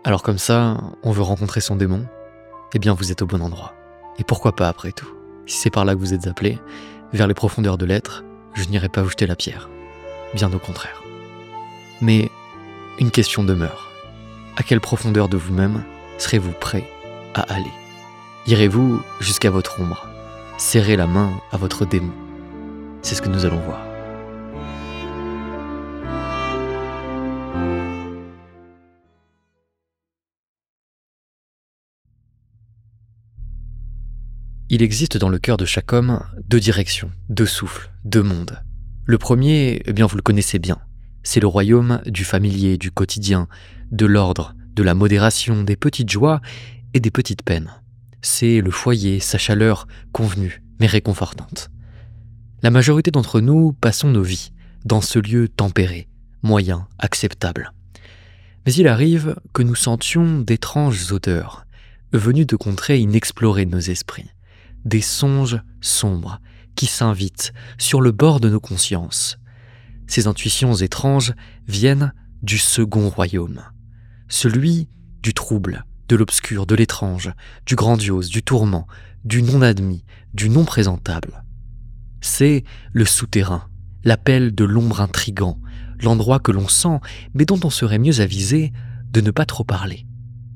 Alors comme ça, on veut rencontrer son démon? Eh bien vous êtes au bon endroit. Et pourquoi pas après tout? Si c'est par là que vous êtes appelé, vers les profondeurs de l'être, je n'irai pas vous jeter la pierre. Bien au contraire. Mais une question demeure. À quelle profondeur de vous-même serez-vous prêt à aller? Irez-vous jusqu'à votre ombre? Serrez la main à votre démon? C'est ce que nous allons voir. Il existe dans le cœur de chaque homme 2 directions, 2 souffles, 2 mondes. Le premier, eh bien vous le connaissez bien. C'est le royaume du familier, du quotidien, de l'ordre, de la modération, des petites joies et des petites peines. C'est le foyer, sa chaleur convenue, mais réconfortante. La majorité d'entre nous passons nos vies dans ce lieu tempéré, moyen, acceptable. Mais il arrive que nous sentions d'étranges odeurs, venues de contrées inexplorées de nos esprits. Des songes sombres qui s'invitent sur le bord de nos consciences. Ces intuitions étranges viennent du second royaume, celui du trouble, de l'obscur, de l'étrange, du grandiose, du tourment, du non-admis, du non-présentable. C'est le souterrain, l'appel de l'ombre intrigant, l'endroit que l'on sent, mais dont on serait mieux avisé de ne pas trop parler.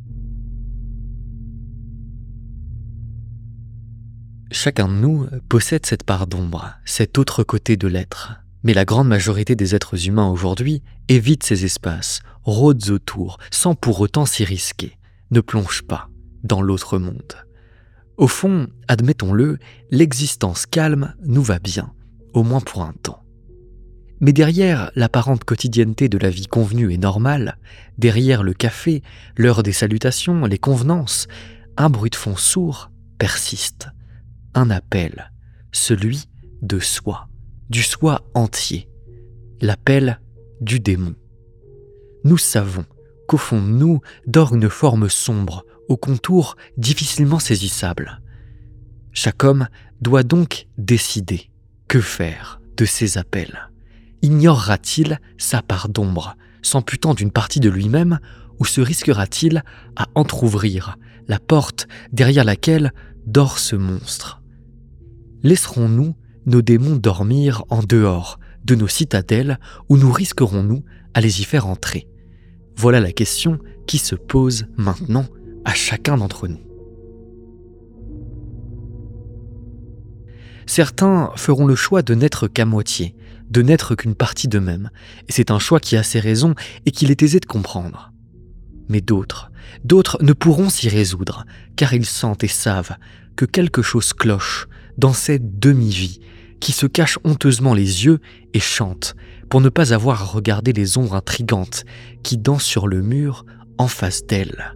Chacun de nous possède cette part d'ombre, cet autre côté de l'être. Mais la grande majorité des êtres humains aujourd'hui évitent ces espaces, rôdent autour, sans pour autant s'y risquer, ne plongent pas dans l'autre monde. Au fond, admettons-le, l'existence calme nous va bien, au moins pour un temps. Mais derrière l'apparente quotidienneté de la vie convenue et normale, derrière le café, l'heure des salutations, les convenances, un bruit de fond sourd persiste. Un appel, celui de soi, du soi entier, l'appel du démon. Nous savons qu'au fond de nous dort une forme sombre, aux contours difficilement saisissables. Chaque homme doit donc décider que faire de ces appels. Ignorera-t-il sa part d'ombre, s'amputant d'une partie de lui-même, ou se risquera-t-il à entr'ouvrir la porte derrière laquelle dort ce monstre? Laisserons-nous nos démons dormir en dehors de nos citadelles ou nous risquerons-nous à les y faire entrer? Voilà la question qui se pose maintenant à chacun d'entre nous. Certains feront le choix de n'être qu'à moitié, de n'être qu'une partie d'eux-mêmes, et c'est un choix qui a ses raisons et qu'il est aisé de comprendre. Mais d'autres ne pourront s'y résoudre, car ils sentent et savent que quelque chose cloche dans cette demi-vie qui se cache honteusement les yeux et chante pour ne pas avoir à regarder les ombres intrigantes qui dansent sur le mur en face d'elle.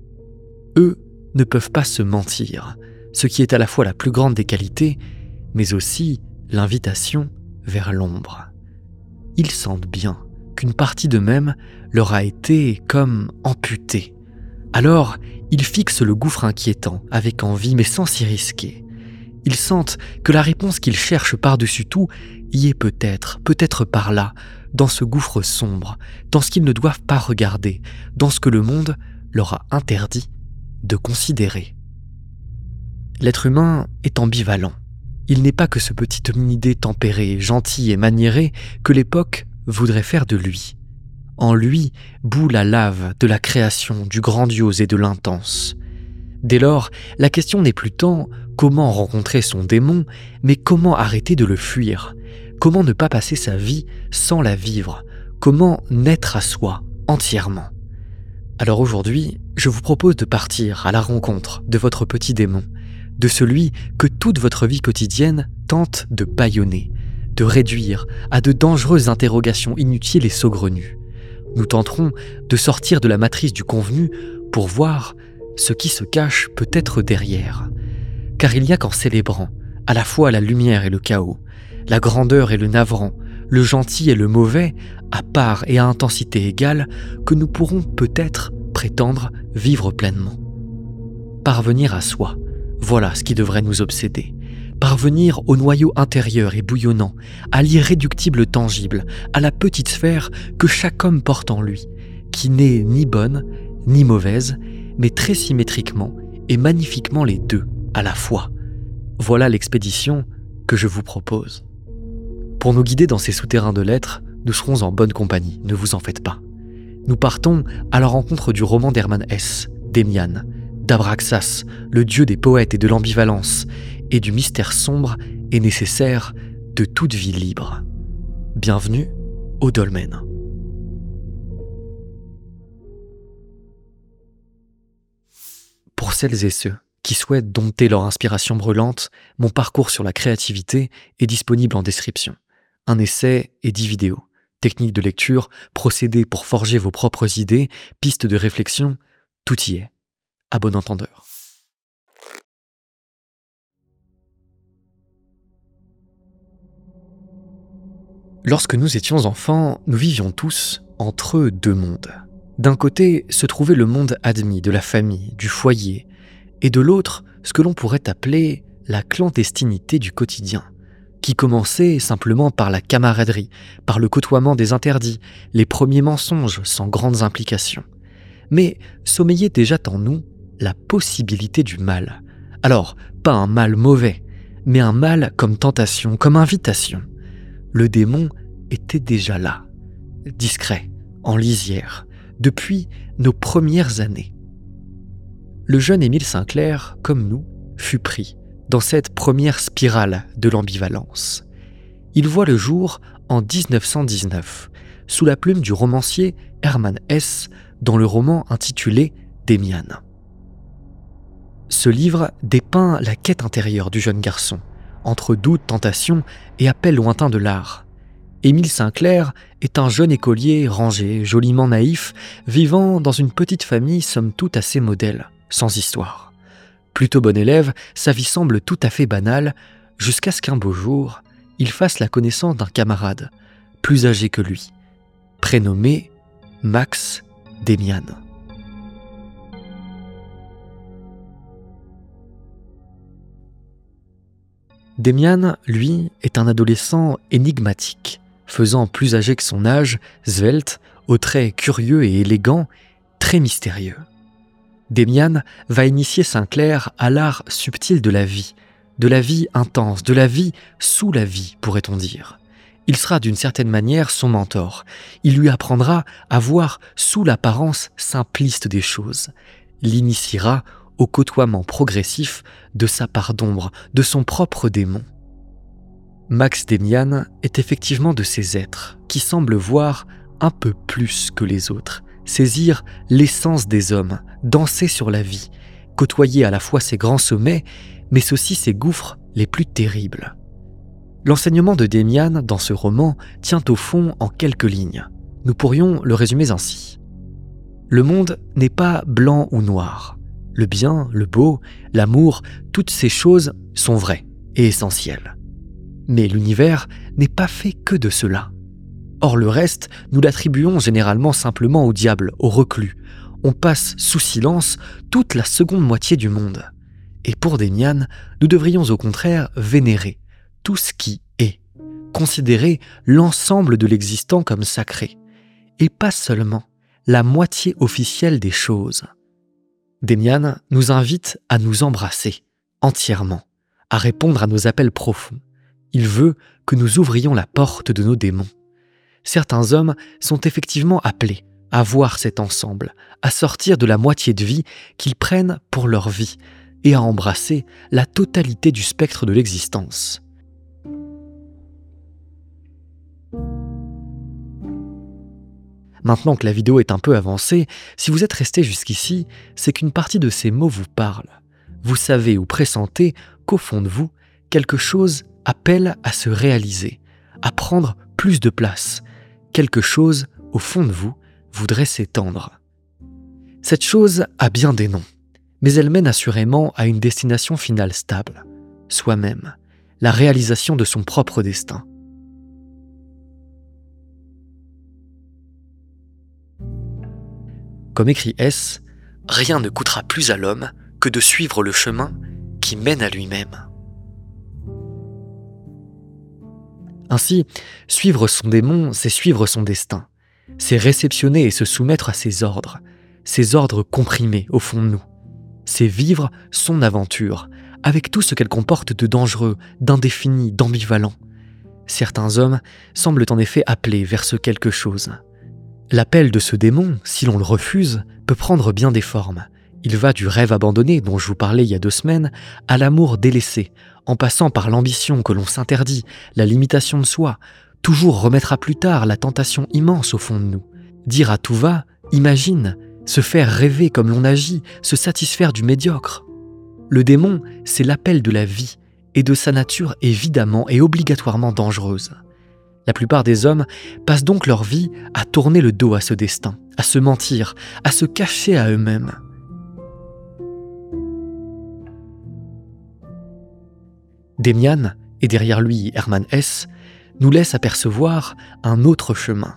Eux ne peuvent pas se mentir, ce qui est à la fois la plus grande des qualités, mais aussi l'invitation vers l'ombre. Ils sentent bien qu'une partie d'eux-mêmes leur a été comme amputée. Alors, ils fixent le gouffre inquiétant avec envie mais sans s'y risquer. Ils sentent que la réponse qu'ils cherchent par-dessus tout y est peut-être par là, dans ce gouffre sombre, dans ce qu'ils ne doivent pas regarder, dans ce que le monde leur a interdit de considérer. L'être humain est ambivalent. Il n'est pas que ce petit hominidé tempéré, gentil et maniéré que l'époque voudrait faire de lui. En lui bout la lave de la création, du grandiose et de l'intense. Dès lors, la question n'est plus tant comment rencontrer son démon, mais comment arrêter de le fuir, comment ne pas passer sa vie sans la vivre, comment naître à soi entièrement. Alors aujourd'hui, je vous propose de partir à la rencontre de votre petit démon, de celui que toute votre vie quotidienne tente de bâillonner, de réduire à de dangereuses interrogations inutiles et saugrenues. Nous tenterons de sortir de la matrice du convenu pour voir ce qui se cache peut-être derrière. Car il n'y a qu'en célébrant à la fois la lumière et le chaos, la grandeur et le navrant, le gentil et le mauvais, à part et à intensité égale, que nous pourrons peut-être prétendre vivre pleinement. Parvenir à soi, voilà ce qui devrait nous obséder. Parvenir au noyau intérieur et bouillonnant, à l'irréductible tangible, à la petite sphère que chaque homme porte en lui, qui n'est ni bonne ni mauvaise, mais très symétriquement et magnifiquement les deux à la fois. Voilà l'expédition que je vous propose. Pour nous guider dans ces souterrains de lettres, nous serons en bonne compagnie, ne vous en faites pas. Nous partons à la rencontre du roman d'Hermann Hesse, Démian, d'Abraxas, le dieu des poètes et de l'ambivalence, et du mystère sombre et nécessaire de toute vie libre. Bienvenue au Dolmen. Pour celles et ceux qui souhaitent dompter leur inspiration brûlante, mon parcours sur la créativité est disponible en description. Un essai et 10 vidéos, techniques de lecture, procédés pour forger vos propres idées, pistes de réflexion, tout y est. À bon entendeur. Lorsque nous étions enfants, nous vivions tous entre deux mondes. D'un côté se trouvait le monde admis de la famille, du foyer, et de l'autre, ce que l'on pourrait appeler la clandestinité du quotidien, qui commençait simplement par la camaraderie, par le côtoiement des interdits, les premiers mensonges sans grandes implications. Mais sommeillait déjà en nous la possibilité du mal. Alors, pas un mal mauvais, mais un mal comme tentation, comme invitation. Le démon était déjà là, discret, en lisière, depuis nos premières années. Le jeune Émile Sinclair, comme nous, fut pris dans cette première spirale de l'ambivalence. Il voit le jour en 1919, sous la plume du romancier Hermann Hesse, dans le roman intitulé Démian. Ce livre dépeint la quête intérieure du jeune garçon, entre doutes, tentations et appels lointains de l'art. Émile Sinclair est un jeune écolier rangé, joliment naïf, vivant dans une petite famille somme toute assez modèle, sans histoire. Plutôt bon élève, sa vie semble tout à fait banale, jusqu'à ce qu'un beau jour, il fasse la connaissance d'un camarade, plus âgé que lui, prénommé Max Démian. Démian, lui, est un adolescent énigmatique, faisant plus âgé que son âge, svelte, aux traits curieux et élégants, très mystérieux. Démian va initier Sinclair à l'art subtil de la vie intense, de la vie sous la vie, pourrait-on dire. Il sera d'une certaine manière son mentor. Il lui apprendra à voir sous l'apparence simpliste des choses, l'initiera au côtoiement progressif de sa part d'ombre, de son propre démon. Max Démian est effectivement de ces êtres qui semblent voir un peu plus que les autres, saisir l'essence des hommes, danser sur la vie, côtoyer à la fois ses grands sommets, mais aussi ses gouffres les plus terribles. L'enseignement de Démian dans ce roman tient au fond en quelques lignes. Nous pourrions le résumer ainsi. Le monde n'est pas blanc ou noir. Le bien, le beau, l'amour, toutes ces choses sont vraies et essentielles. Mais l'univers n'est pas fait que de cela. Or le reste, nous l'attribuons généralement simplement au diable, au reclus. On passe sous silence toute la seconde moitié du monde. Et pour Démian, nous devrions au contraire vénérer tout ce qui est, considérer l'ensemble de l'existant comme sacré, et pas seulement la moitié officielle des choses. Démian nous invite à nous embrasser entièrement, à répondre à nos appels profonds. Il veut que nous ouvrions la porte de nos démons. Certains hommes sont effectivement appelés à voir cet ensemble, à sortir de la moitié de vie qu'ils prennent pour leur vie et à embrasser la totalité du spectre de l'existence. Maintenant que la vidéo est un peu avancée, si vous êtes resté jusqu'ici, c'est qu'une partie de ces mots vous parle. Vous savez ou pressentez qu'au fond de vous, quelque chose appelle à se réaliser, à prendre plus de place. Quelque chose, au fond de vous, voudrait s'étendre. Cette chose a bien des noms, mais elle mène assurément à une destination finale stable, soi-même, la réalisation de son propre destin. Comme écrit Hesse, rien ne coûtera plus à l'homme que de suivre le chemin qui mène à lui-même. Ainsi, suivre son démon, c'est suivre son destin. C'est réceptionner et se soumettre à ses ordres. ses ordres comprimés au fond de nous. C'est vivre son aventure, avec tout ce qu'elle comporte de dangereux, d'indéfini, d'ambivalent. Certains hommes semblent en effet appelés vers ce quelque chose. L'appel de ce démon, si l'on le refuse, peut prendre bien des formes. Il va du rêve abandonné dont je vous parlais il y a 2 semaines, à l'amour délaissé, en passant par l'ambition que l'on s'interdit, la limitation de soi, toujours remettre à plus tard la tentation immense au fond de nous. Dire à tout va, imagine, se faire rêver comme l'on agit, se satisfaire du médiocre. Le démon, c'est l'appel de la vie, et de sa nature évidemment et obligatoirement dangereuse. La plupart des hommes passent donc leur vie à tourner le dos à ce destin, à se mentir, à se cacher à eux-mêmes. Demian, et derrière lui Hermann Hesse, nous laisse apercevoir un autre chemin.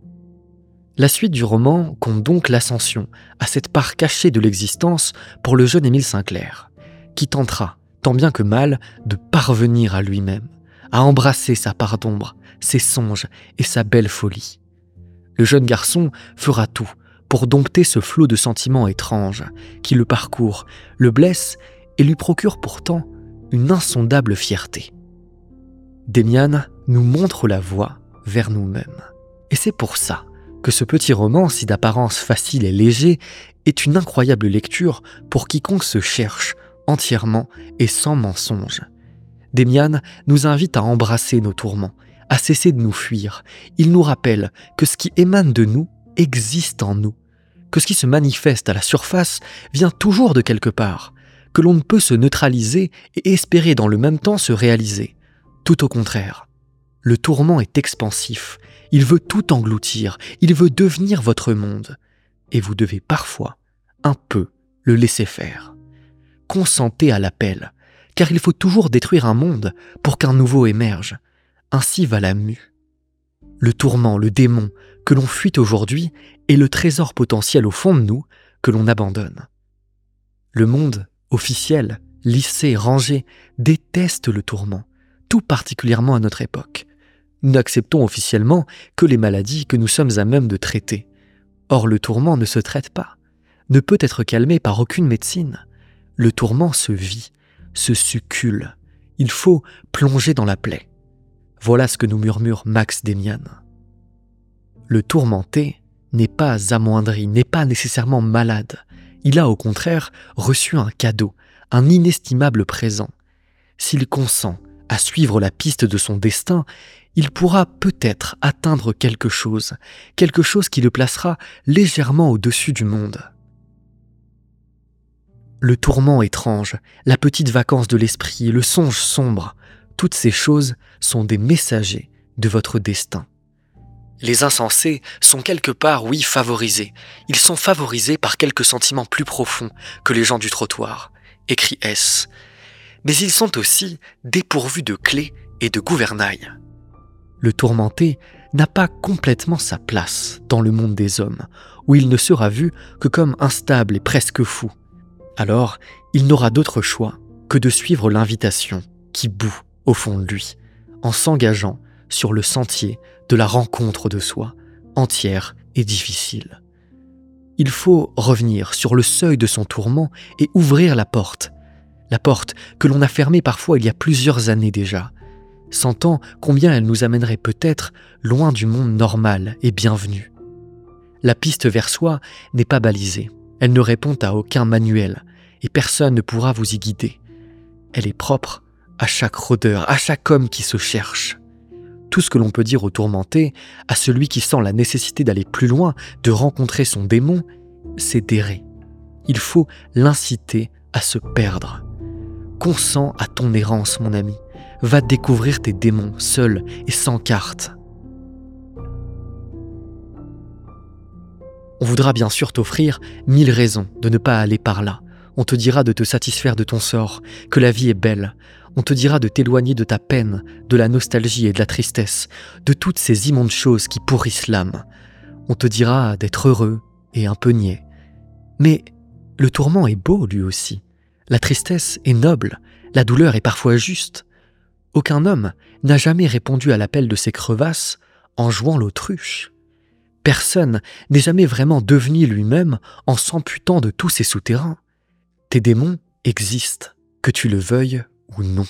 La suite du roman compte donc l'ascension à cette part cachée de l'existence pour le jeune Émile Sinclair, qui tentera, tant bien que mal, de parvenir à lui-même, à embrasser sa part d'ombre, ses songes et sa belle folie. Le jeune garçon fera tout pour dompter ce flot de sentiments étranges qui le parcourt, le blesse et lui procure pourtant une insondable fierté. Demian nous montre la voie vers nous-mêmes. Et c'est pour ça que ce petit roman, si d'apparence facile et léger, est une incroyable lecture pour quiconque se cherche entièrement et sans mensonge. Demian nous invite à embrasser nos tourments, à cesser de nous fuir. Il nous rappelle que ce qui émane de nous existe en nous, que ce qui se manifeste à la surface vient toujours de quelque part, que l'on ne peut se neutraliser et espérer dans le même temps se réaliser. Tout au contraire, le tourment est expansif, il veut tout engloutir, il veut devenir votre monde, et vous devez parfois un peu le laisser faire. Consentez à l'appel, car il faut toujours détruire un monde pour qu'un nouveau émerge. Ainsi va la mue. Le tourment, le démon que l'on fuit aujourd'hui est le trésor potentiel au fond de nous que l'on abandonne. Le monde officiel, lissé, rangé, déteste le tourment, tout particulièrement à notre époque. Nous n'acceptons officiellement que les maladies que nous sommes à même de traiter. Or, le tourment ne se traite pas, ne peut être calmé par aucune médecine. Le tourment se vit, se succule. Il faut plonger dans la plaie. Voilà ce que nous murmure Max Demian. Le tourmenté n'est pas amoindri, n'est pas nécessairement malade. Il a au contraire reçu un cadeau, un inestimable présent. S'il consent à suivre la piste de son destin, il pourra peut-être atteindre quelque chose qui le placera légèrement au-dessus du monde. Le tourment étrange, la petite vacance de l'esprit, le songe sombre, toutes ces choses sont des messagers de votre destin. Les insensés sont quelque part, oui, favorisés. Ils sont favorisés par quelques sentiments plus profonds que les gens du trottoir, écrit Hesse. Mais ils sont aussi dépourvus de clés et de gouvernail. Le tourmenté n'a pas complètement sa place dans le monde des hommes, où il ne sera vu que comme instable et presque fou. Alors, il n'aura d'autre choix que de suivre l'invitation qui bout au fond de lui, en s'engageant sur le sentier de la rencontre de soi, entière et difficile. Il faut revenir sur le seuil de son tourment et ouvrir la porte que l'on a fermée parfois il y a plusieurs années déjà, sentant combien elle nous amènerait peut-être loin du monde normal et bienvenu. La piste vers soi n'est pas balisée, elle ne répond à aucun manuel et personne ne pourra vous y guider. Elle est propre à chaque rôdeur, à chaque homme qui se cherche. Tout ce que l'on peut dire au tourmenté, à celui qui sent la nécessité d'aller plus loin, de rencontrer son démon, c'est d'errer. Il faut l'inciter à se perdre. Consens à ton errance, mon ami. Va découvrir tes démons, seul et sans carte. On voudra bien sûr t'offrir 1000 raisons de ne pas aller par là. On te dira de te satisfaire de ton sort, que la vie est belle. On te dira de t'éloigner de ta peine, de la nostalgie et de la tristesse, de toutes ces immondes choses qui pourrissent l'âme. On te dira d'être heureux et un peu niais. Mais le tourment est beau lui aussi. La tristesse est noble, la douleur est parfois juste. Aucun homme n'a jamais répondu à l'appel de ses crevasses en jouant l'autruche. Personne n'est jamais vraiment devenu lui-même en s'amputant de tous ses souterrains. Tes démons existent, que tu le veuilles ou non.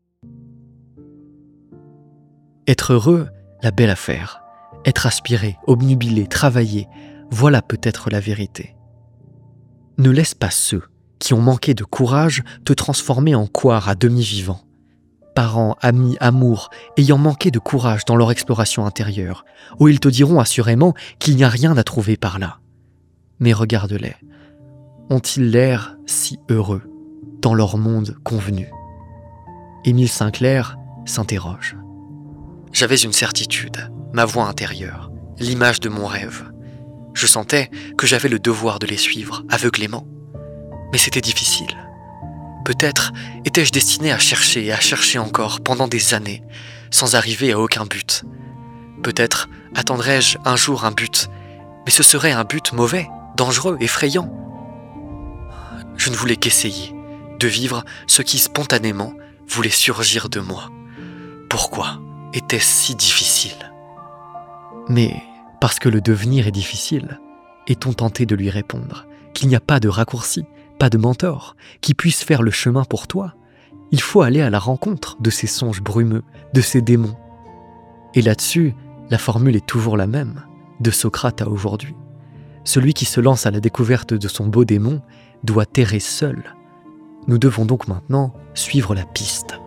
Être heureux, la belle affaire. Être aspiré, obnubilé, travailler, voilà peut-être la vérité. Ne laisse pas ceux qui ont manqué de courage te transformer en couard à demi-vivant. Parents, amis, amour, ayant manqué de courage dans leur exploration intérieure, où ils te diront assurément qu'il n'y a rien à trouver par là. Mais regarde-les. Ont-ils l'air si heureux dans leur monde convenu? Émile Sinclair s'interroge. J'avais une certitude, ma voix intérieure, l'image de mon rêve. Je sentais que j'avais le devoir de les suivre aveuglément. Mais c'était difficile. Peut-être étais-je destiné à chercher et à chercher encore pendant des années, sans arriver à aucun but. Peut-être attendrais-je un jour un but, mais ce serait un but mauvais, dangereux, effrayant. Je ne voulais qu'essayer de vivre ce qui spontanément voulait surgir de moi. Pourquoi était-ce si difficile? Mais parce que le devenir est difficile, est-on tenté de lui répondre qu'il n'y a pas de raccourci, pas de mentor qui puisse faire le chemin pour toi? Il faut aller à la rencontre de ces songes brumeux, de ces démons. Et là-dessus, la formule est toujours la même, de Socrate à aujourd'hui. Celui qui se lance à la découverte de son beau démon doit errer seul. Nous devons donc maintenant suivre la piste.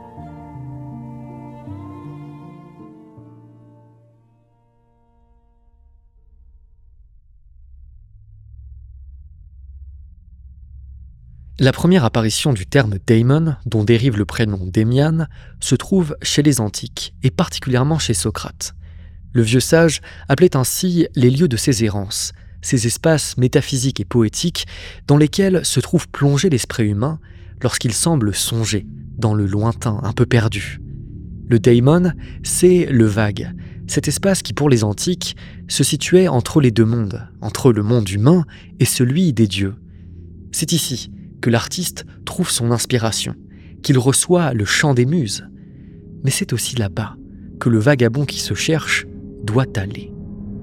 La première apparition du terme daemon, dont dérive le prénom Démian, se trouve chez les Antiques, et particulièrement chez Socrate. Le vieux sage appelait ainsi les lieux de ses errances, ces espaces métaphysiques et poétiques dans lesquels se trouve plongé l'esprit humain lorsqu'il semble songer dans le lointain, un peu perdu. Le daemon, c'est le vague, cet espace qui pour les Antiques se situait entre les deux mondes, entre le monde humain et celui des dieux. C'est ici que l'artiste trouve son inspiration, qu'il reçoit le chant des muses. Mais c'est aussi là-bas que le vagabond qui se cherche doit aller.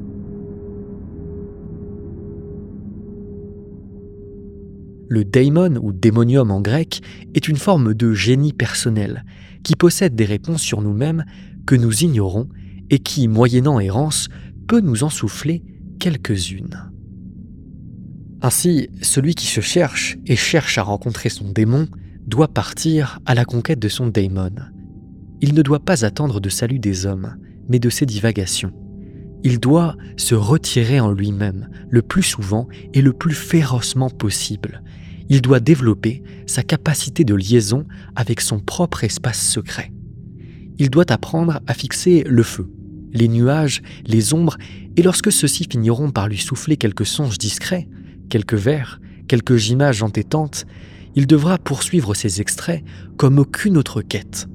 Le daimon ou démonium en grec est une forme de génie personnel qui possède des réponses sur nous-mêmes que nous ignorons et qui, moyennant errance, peut nous en souffler quelques-unes. Ainsi, celui qui se cherche et cherche à rencontrer son démon doit partir à la conquête de son daimon. Il ne doit pas attendre de salut des hommes, mais de ses divagations. Il doit se retirer en lui-même, le plus souvent et le plus férocement possible. Il doit développer sa capacité de liaison avec son propre espace secret. Il doit apprendre à fixer le feu, les nuages, les ombres, et lorsque ceux-ci finiront par lui souffler quelques songes discrets, quelques vers, quelques images entêtantes, il devra poursuivre ces extraits comme aucune autre quête.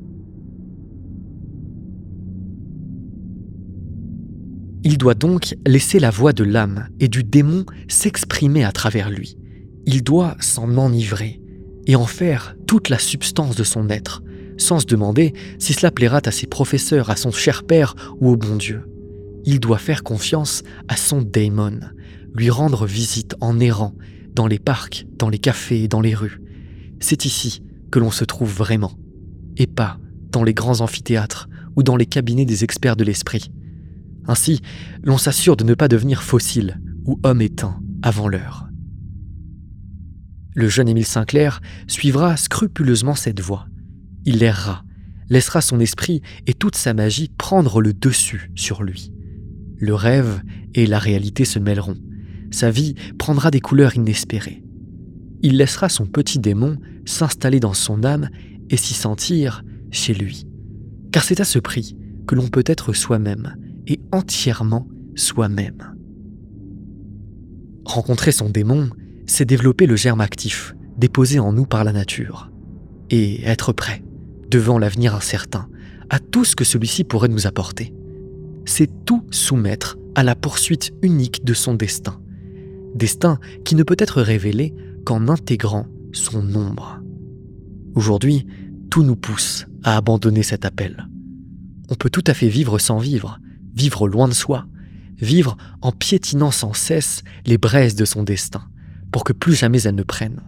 Il doit donc laisser la voix de l'âme et du démon s'exprimer à travers lui. Il doit s'en enivrer et en faire toute la substance de son être, sans se demander si cela plaira à ses professeurs, à son cher père ou au bon Dieu. Il doit faire confiance à son daimon, lui rendre visite en errant dans les parcs, dans les cafés et dans les rues. C'est ici que l'on se trouve vraiment, et pas dans les grands amphithéâtres ou dans les cabinets des experts de l'esprit. Ainsi, l'on s'assure de ne pas devenir fossile ou homme éteint avant l'heure. Le jeune Émile Sinclair suivra scrupuleusement cette voie. Il errera, laissera son esprit et toute sa magie prendre le dessus sur lui. Le rêve et la réalité se mêleront. Sa vie prendra des couleurs inespérées. Il laissera son petit démon s'installer dans son âme et s'y sentir chez lui. Car c'est à ce prix que l'on peut être soi-même et entièrement soi-même. Rencontrer son démon, c'est développer le germe actif, déposé en nous par la nature, et être prêt, devant l'avenir incertain, à tout ce que celui-ci pourrait nous apporter. C'est tout soumettre à la poursuite unique de son destin qui ne peut être révélé qu'en intégrant son ombre. Aujourd'hui, tout nous pousse à abandonner cet appel. On peut tout à fait vivre sans vivre, vivre loin de soi, vivre en piétinant sans cesse les braises de son destin, pour que plus jamais elles ne prennent.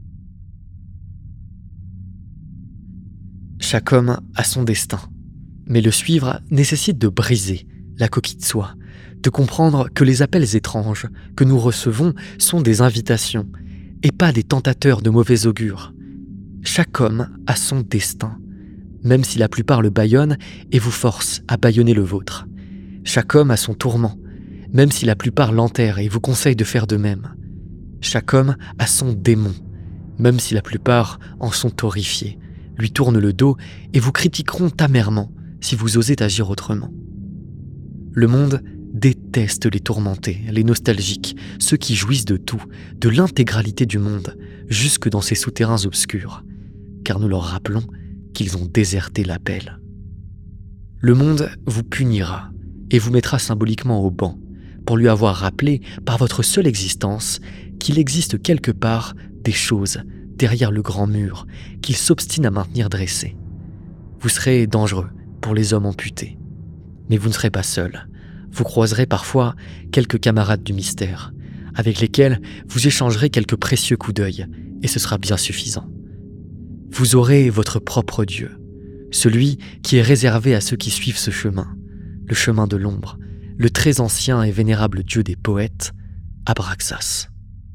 Chaque homme a son destin, mais le suivre nécessite de briser la coquille de soie, de comprendre que les appels étranges que nous recevons sont des invitations et pas des tentateurs de mauvais augure. Chaque homme a son destin, même si la plupart le bâillonnent et vous forcent à bâillonner le vôtre. Chaque homme a son tourment, même si la plupart l'enterrent et vous conseillent de faire de même. Chaque homme a son démon, même si la plupart en sont horrifiés, lui tournent le dos et vous critiqueront amèrement si vous osez agir autrement. Le monde déteste les tourmentés, les nostalgiques, ceux qui jouissent de tout, de l'intégralité du monde, jusque dans ses souterrains obscurs, car nous leur rappelons qu'ils ont déserté l'appel. Le monde vous punira et vous mettra symboliquement au banc, pour lui avoir rappelé par votre seule existence qu'il existe quelque part des choses derrière le grand mur qu'il s'obstine à maintenir dressé. Vous serez dangereux pour les hommes amputés, mais vous ne serez pas seul. Vous croiserez parfois quelques camarades du mystère, avec lesquels vous échangerez quelques précieux coups d'œil, et ce sera bien suffisant. Vous aurez votre propre Dieu, celui qui est réservé à ceux qui suivent ce chemin, le chemin de l'ombre, le très ancien et vénérable Dieu des poètes, Abraxas.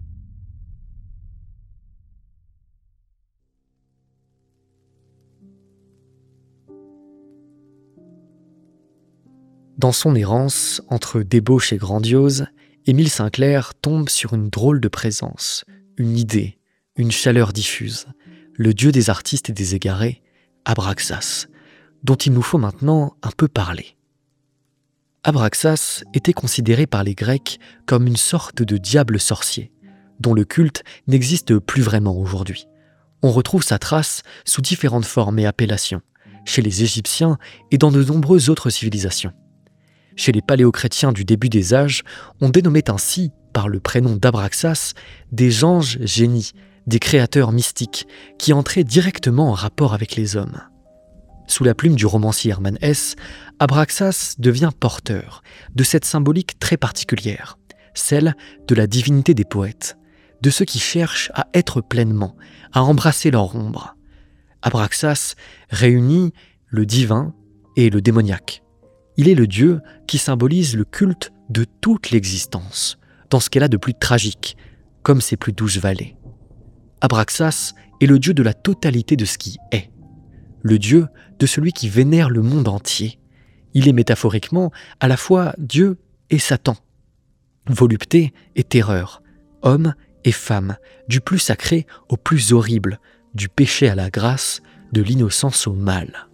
Dans son errance, entre débauche et grandiose, Émile Sinclair tombe sur une drôle de présence, une idée, une chaleur diffuse, le dieu des artistes et des égarés, Abraxas, dont il nous faut maintenant un peu parler. Abraxas était considéré par les Grecs comme une sorte de diable sorcier, dont le culte n'existe plus vraiment aujourd'hui. On retrouve sa trace sous différentes formes et appellations, chez les Égyptiens et dans de nombreuses autres civilisations. Chez les paléochrétiens du début des âges, on dénommait ainsi, par le prénom d'Abraxas, des anges génies, des créateurs mystiques, qui entraient directement en rapport avec les hommes. Sous la plume du romancier Hermann Hesse, Abraxas devient porteur de cette symbolique très particulière, celle de la divinité des poètes, de ceux qui cherchent à être pleinement, à embrasser leur ombre. Abraxas réunit le divin et le démoniaque. Il est le dieu qui symbolise le culte de toute l'existence, dans ce qu'elle a de plus tragique, comme ses plus douces vallées. Abraxas est le dieu de la totalité de ce qui est, le dieu de celui qui vénère le monde entier. Il est métaphoriquement à la fois Dieu et Satan, volupté et terreur, homme et femme, du plus sacré au plus horrible, du péché à la grâce, de l'innocence au mal.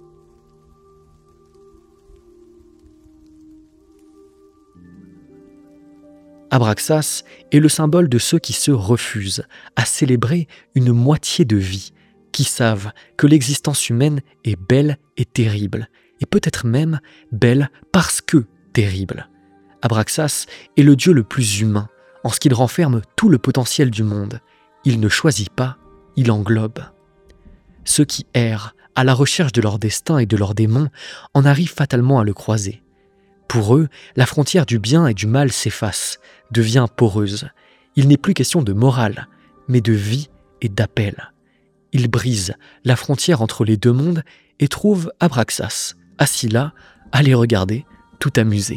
Abraxas est le symbole de ceux qui se refusent à célébrer une moitié de vie, qui savent que l'existence humaine est belle et terrible, et peut-être même belle parce que terrible. Abraxas est le dieu le plus humain, en ce qu'il renferme tout le potentiel du monde. Il ne choisit pas, il englobe. Ceux qui errent à la recherche de leur destin et de leurs démons en arrivent fatalement à le croiser. Pour eux, la frontière du bien et du mal s'efface, devient poreuse. Il n'est plus question de morale, mais de vie et d'appel. Ils brisent la frontière entre les deux mondes et trouvent Abraxas, assis là, à les regarder, tout amusé.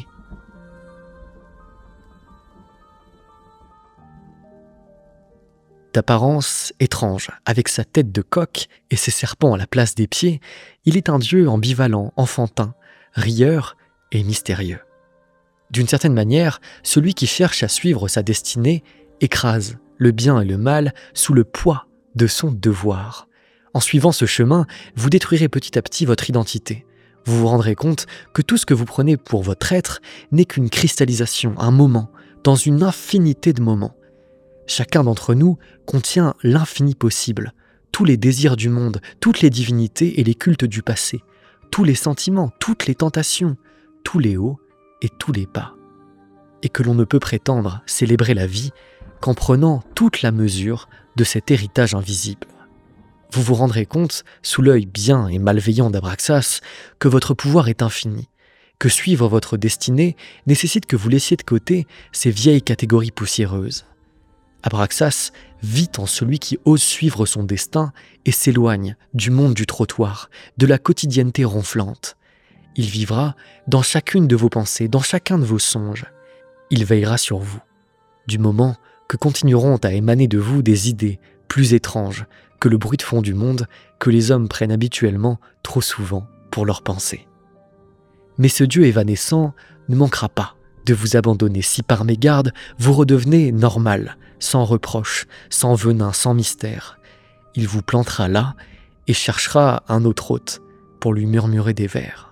D'apparence étrange, avec sa tête de coq et ses serpents à la place des pieds, il est un dieu ambivalent, enfantin, rieur et mystérieux. D'une certaine manière, celui qui cherche à suivre sa destinée écrase le bien et le mal sous le poids de son devoir. En suivant ce chemin, vous détruirez petit à petit votre identité. Vous vous rendrez compte que tout ce que vous prenez pour votre être n'est qu'une cristallisation, un moment, dans une infinité de moments. Chacun d'entre nous contient l'infini possible, tous les désirs du monde, toutes les divinités et les cultes du passé, tous les sentiments, toutes les tentations, tous les hauts et tous les bas. Et que l'on ne peut prétendre célébrer la vie qu'en prenant toute la mesure de cet héritage invisible. Vous vous rendrez compte, sous l'œil bien et malveillant d'Abraxas, que votre pouvoir est infini, que suivre votre destinée nécessite que vous laissiez de côté ces vieilles catégories poussiéreuses. Abraxas vit en celui qui ose suivre son destin et s'éloigne du monde du trottoir, de la quotidienneté ronflante. Il vivra dans chacune de vos pensées, dans chacun de vos songes. Il veillera sur vous, du moment que continueront à émaner de vous des idées plus étranges que le bruit de fond du monde que les hommes prennent habituellement trop souvent pour leurs pensées. Mais ce Dieu évanescent ne manquera pas de vous abandonner si par mégarde vous redevenez normal, sans reproche, sans venin, sans mystère. Il vous plantera là et cherchera un autre hôte pour lui murmurer des vers.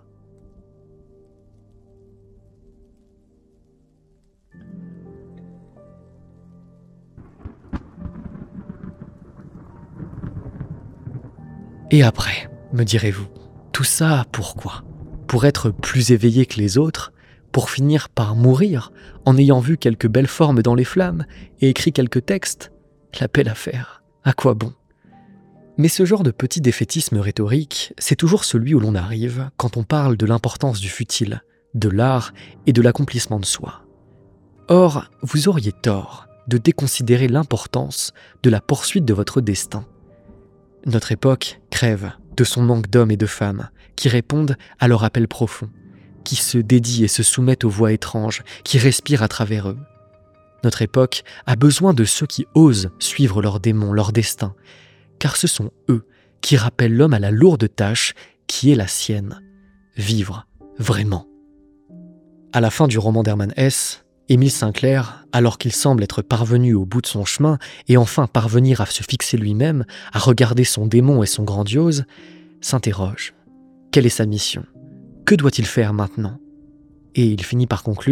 Et après, me direz-vous, tout ça pourquoi ? Pour être plus éveillé que les autres ? Pour finir par mourir en ayant vu quelques belles formes dans les flammes et écrit quelques textes ? La belle affaire, à quoi bon ? Mais ce genre de petit défaitisme rhétorique, c'est toujours celui où l'on arrive quand on parle de l'importance du futile, de l'art et de l'accomplissement de soi. Or, vous auriez tort de déconsidérer l'importance de la poursuite de votre destin. Notre époque crève de son manque d'hommes et de femmes qui répondent à leur appel profond, qui se dédient et se soumettent aux voix étranges, qui respirent à travers eux. Notre époque a besoin de ceux qui osent suivre leurs démons, leur destin, car ce sont eux qui rappellent l'homme à la lourde tâche qui est la sienne, vivre vraiment. À la fin du roman d'Hermann Hesse, Émile Sinclair, alors qu'il semble être parvenu au bout de son chemin et enfin parvenir à se fixer lui-même, à regarder son démon et son grandiose, s'interroge. Quelle est sa mission ? Que doit-il faire maintenant ? Et il finit par conclure :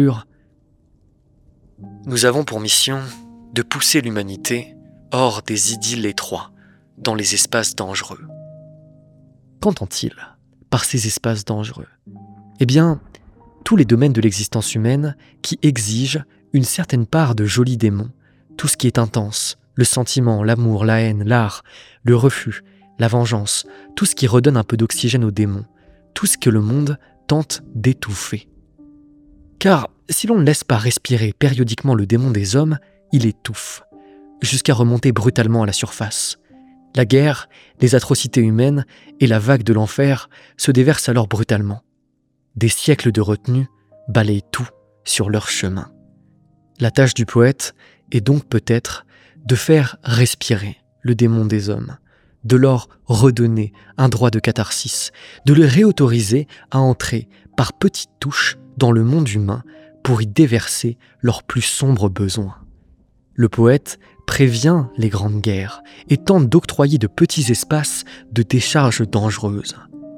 Nous avons pour mission de pousser l'humanité hors des idylles étroits, dans les espaces dangereux. Qu'entend-il par ces espaces dangereux ? Eh bien, tous les domaines de l'existence humaine qui exigent une certaine part de jolis démons, tout ce qui est intense, le sentiment, l'amour, la haine, l'art, le refus, la vengeance, tout ce qui redonne un peu d'oxygène aux démons, tout ce que le monde tente d'étouffer. Car si l'on ne laisse pas respirer périodiquement le démon des hommes, il étouffe, jusqu'à remonter brutalement à la surface. La guerre, les atrocités humaines et la vague de l'enfer se déversent alors brutalement. Des siècles de retenue balayent tout sur leur chemin. La tâche du poète est donc peut-être de faire respirer le démon des hommes, de leur redonner un droit de catharsis, de les réautoriser à entrer par petites touches dans le monde humain pour y déverser leurs plus sombres besoins. Le poète prévient les grandes guerres et tente d'octroyer de petits espaces de décharge dangereuse.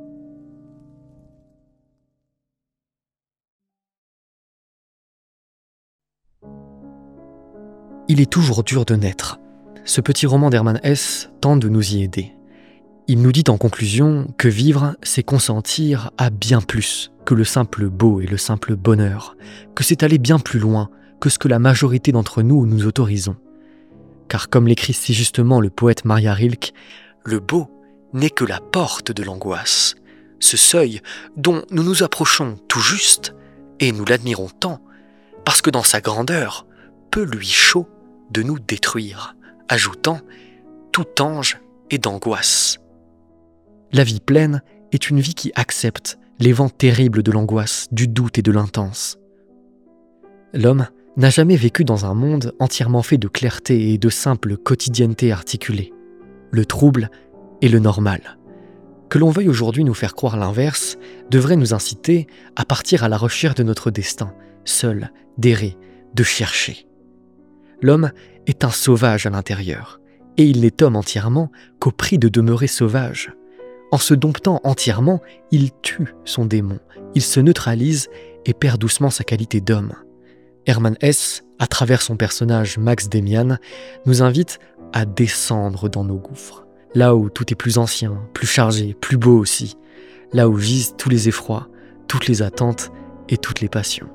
Il est toujours dur de naître. Ce petit roman d'Hermann Hesse tente de nous y aider. Il nous dit en conclusion que vivre, c'est consentir à bien plus que le simple beau et le simple bonheur, que c'est aller bien plus loin que ce que la majorité d'entre nous nous autorisons. Car comme l'écrit si justement le poète Maria Rilke, le beau n'est que la porte de l'angoisse, ce seuil dont nous nous approchons tout juste et nous l'admirons tant, parce que dans sa grandeur, peu lui chaud de nous détruire, ajoutant « tout ange est d'angoisse ». La vie pleine est une vie qui accepte les vents terribles de l'angoisse, du doute et de l'intense. L'homme n'a jamais vécu dans un monde entièrement fait de clarté et de simple quotidienneté articulée. Le trouble est le normal. Que l'on veuille aujourd'hui nous faire croire l'inverse devrait nous inciter à partir à la recherche de notre destin, seul, d'errer, de chercher. L'homme est un sauvage à l'intérieur, et il n'est homme entièrement qu'au prix de demeurer sauvage. En se domptant entièrement, il tue son démon, il se neutralise et perd doucement sa qualité d'homme. Hermann Hesse, à travers son personnage Max Demian, nous invite à descendre dans nos gouffres, là où tout est plus ancien, plus chargé, plus beau aussi, là où gisent tous les effrois, toutes les attentes et toutes les passions.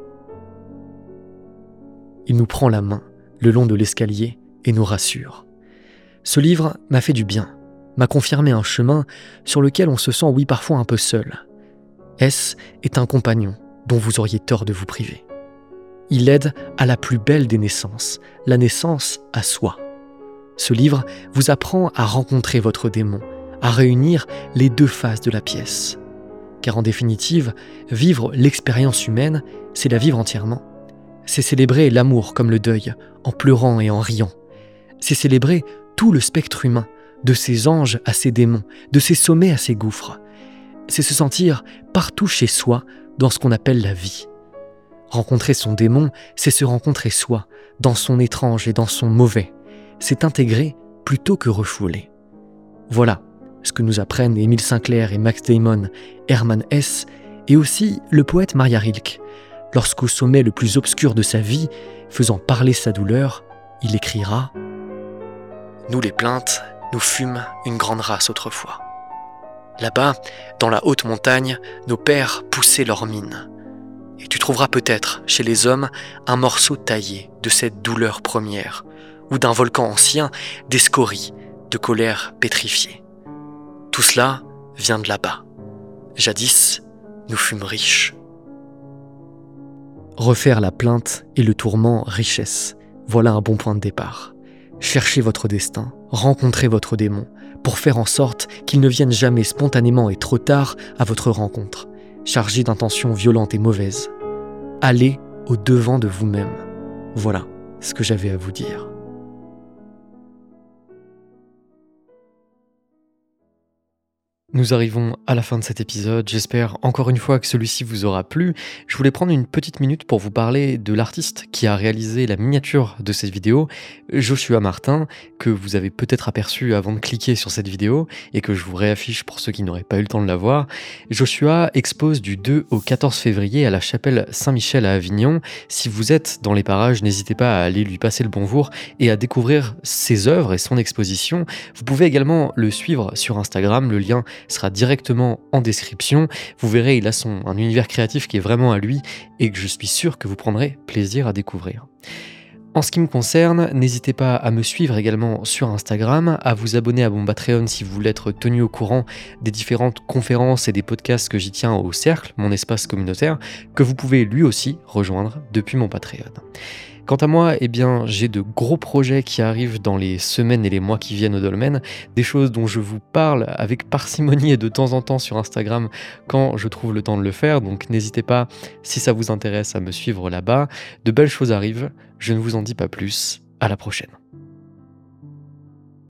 Il nous prend la main le long de l'escalier et nous rassure. Ce livre m'a fait du bien, m'a confirmé un chemin sur lequel on se sent, oui, parfois un peu seul. S est un compagnon dont vous auriez tort de vous priver. Il aide à la plus belle des naissances, la naissance à soi. Ce livre vous apprend à rencontrer votre démon, à réunir les deux faces de la pièce. Car en définitive, vivre l'expérience humaine, c'est la vivre entièrement. C'est célébrer l'amour comme le deuil, en pleurant et en riant. C'est célébrer tout le spectre humain, de ses anges à ses démons, de ses sommets à ses gouffres. C'est se sentir partout chez soi dans ce qu'on appelle la vie. Rencontrer son démon, c'est se rencontrer soi, dans son étrange et dans son mauvais. C'est intégrer plutôt que refouler. Voilà ce que nous apprennent Émile Sinclair et Max Damon, Hermann Hesse et aussi le poète Maria Rilke. Lorsqu'au sommet le plus obscur de sa vie, faisant parler sa douleur, il écrira « Nous les plaintes, nous fûmes une grande race autrefois. Là-bas, dans la haute montagne, nos pères poussaient leurs mines. Et tu trouveras peut-être, chez les hommes, un morceau taillé de cette douleur première, ou d'un volcan ancien, des scories, de colère pétrifiée. Tout cela vient de là-bas. Jadis, nous fûmes riches. » Refaire la plainte et le tourment richesse, voilà un bon point de départ. Cherchez votre destin, rencontrez votre démon, pour faire en sorte qu'il ne vienne jamais spontanément et trop tard à votre rencontre, chargé d'intentions violentes et mauvaises. Allez au-devant de vous-même. Voilà ce que j'avais à vous dire. Nous arrivons à la fin de cet épisode, j'espère encore une fois que celui-ci vous aura plu. Je voulais prendre une petite minute pour vous parler de l'artiste qui a réalisé la miniature de cette vidéo, Joshua Martin, que vous avez peut-être aperçu avant de cliquer sur cette vidéo et que je vous réaffiche pour ceux qui n'auraient pas eu le temps de la voir. Joshua expose du 2 au 14 février à la chapelle Saint-Michel à Avignon. Si vous êtes dans les parages, n'hésitez pas à aller lui passer le bonjour et à découvrir ses œuvres et son exposition. Vous pouvez également le suivre sur Instagram, le lien sera directement en description. Vous verrez, il a un univers créatif qui est vraiment à lui et que je suis sûr que vous prendrez plaisir à découvrir. En ce qui me concerne, n'hésitez pas à me suivre également sur Instagram, à vous abonner à mon Patreon si vous voulez être tenu au courant des différentes conférences et des podcasts que j'y tiens au Cercle, mon espace communautaire, que vous pouvez lui aussi rejoindre depuis mon Patreon. Quant à moi, j'ai de gros projets qui arrivent dans les semaines et les mois qui viennent au dolmen, des choses dont je vous parle avec parcimonie et de temps en temps sur Instagram quand je trouve le temps de le faire, donc n'hésitez pas, si ça vous intéresse, à me suivre là-bas. De belles choses arrivent, je ne vous en dis pas plus, à la prochaine.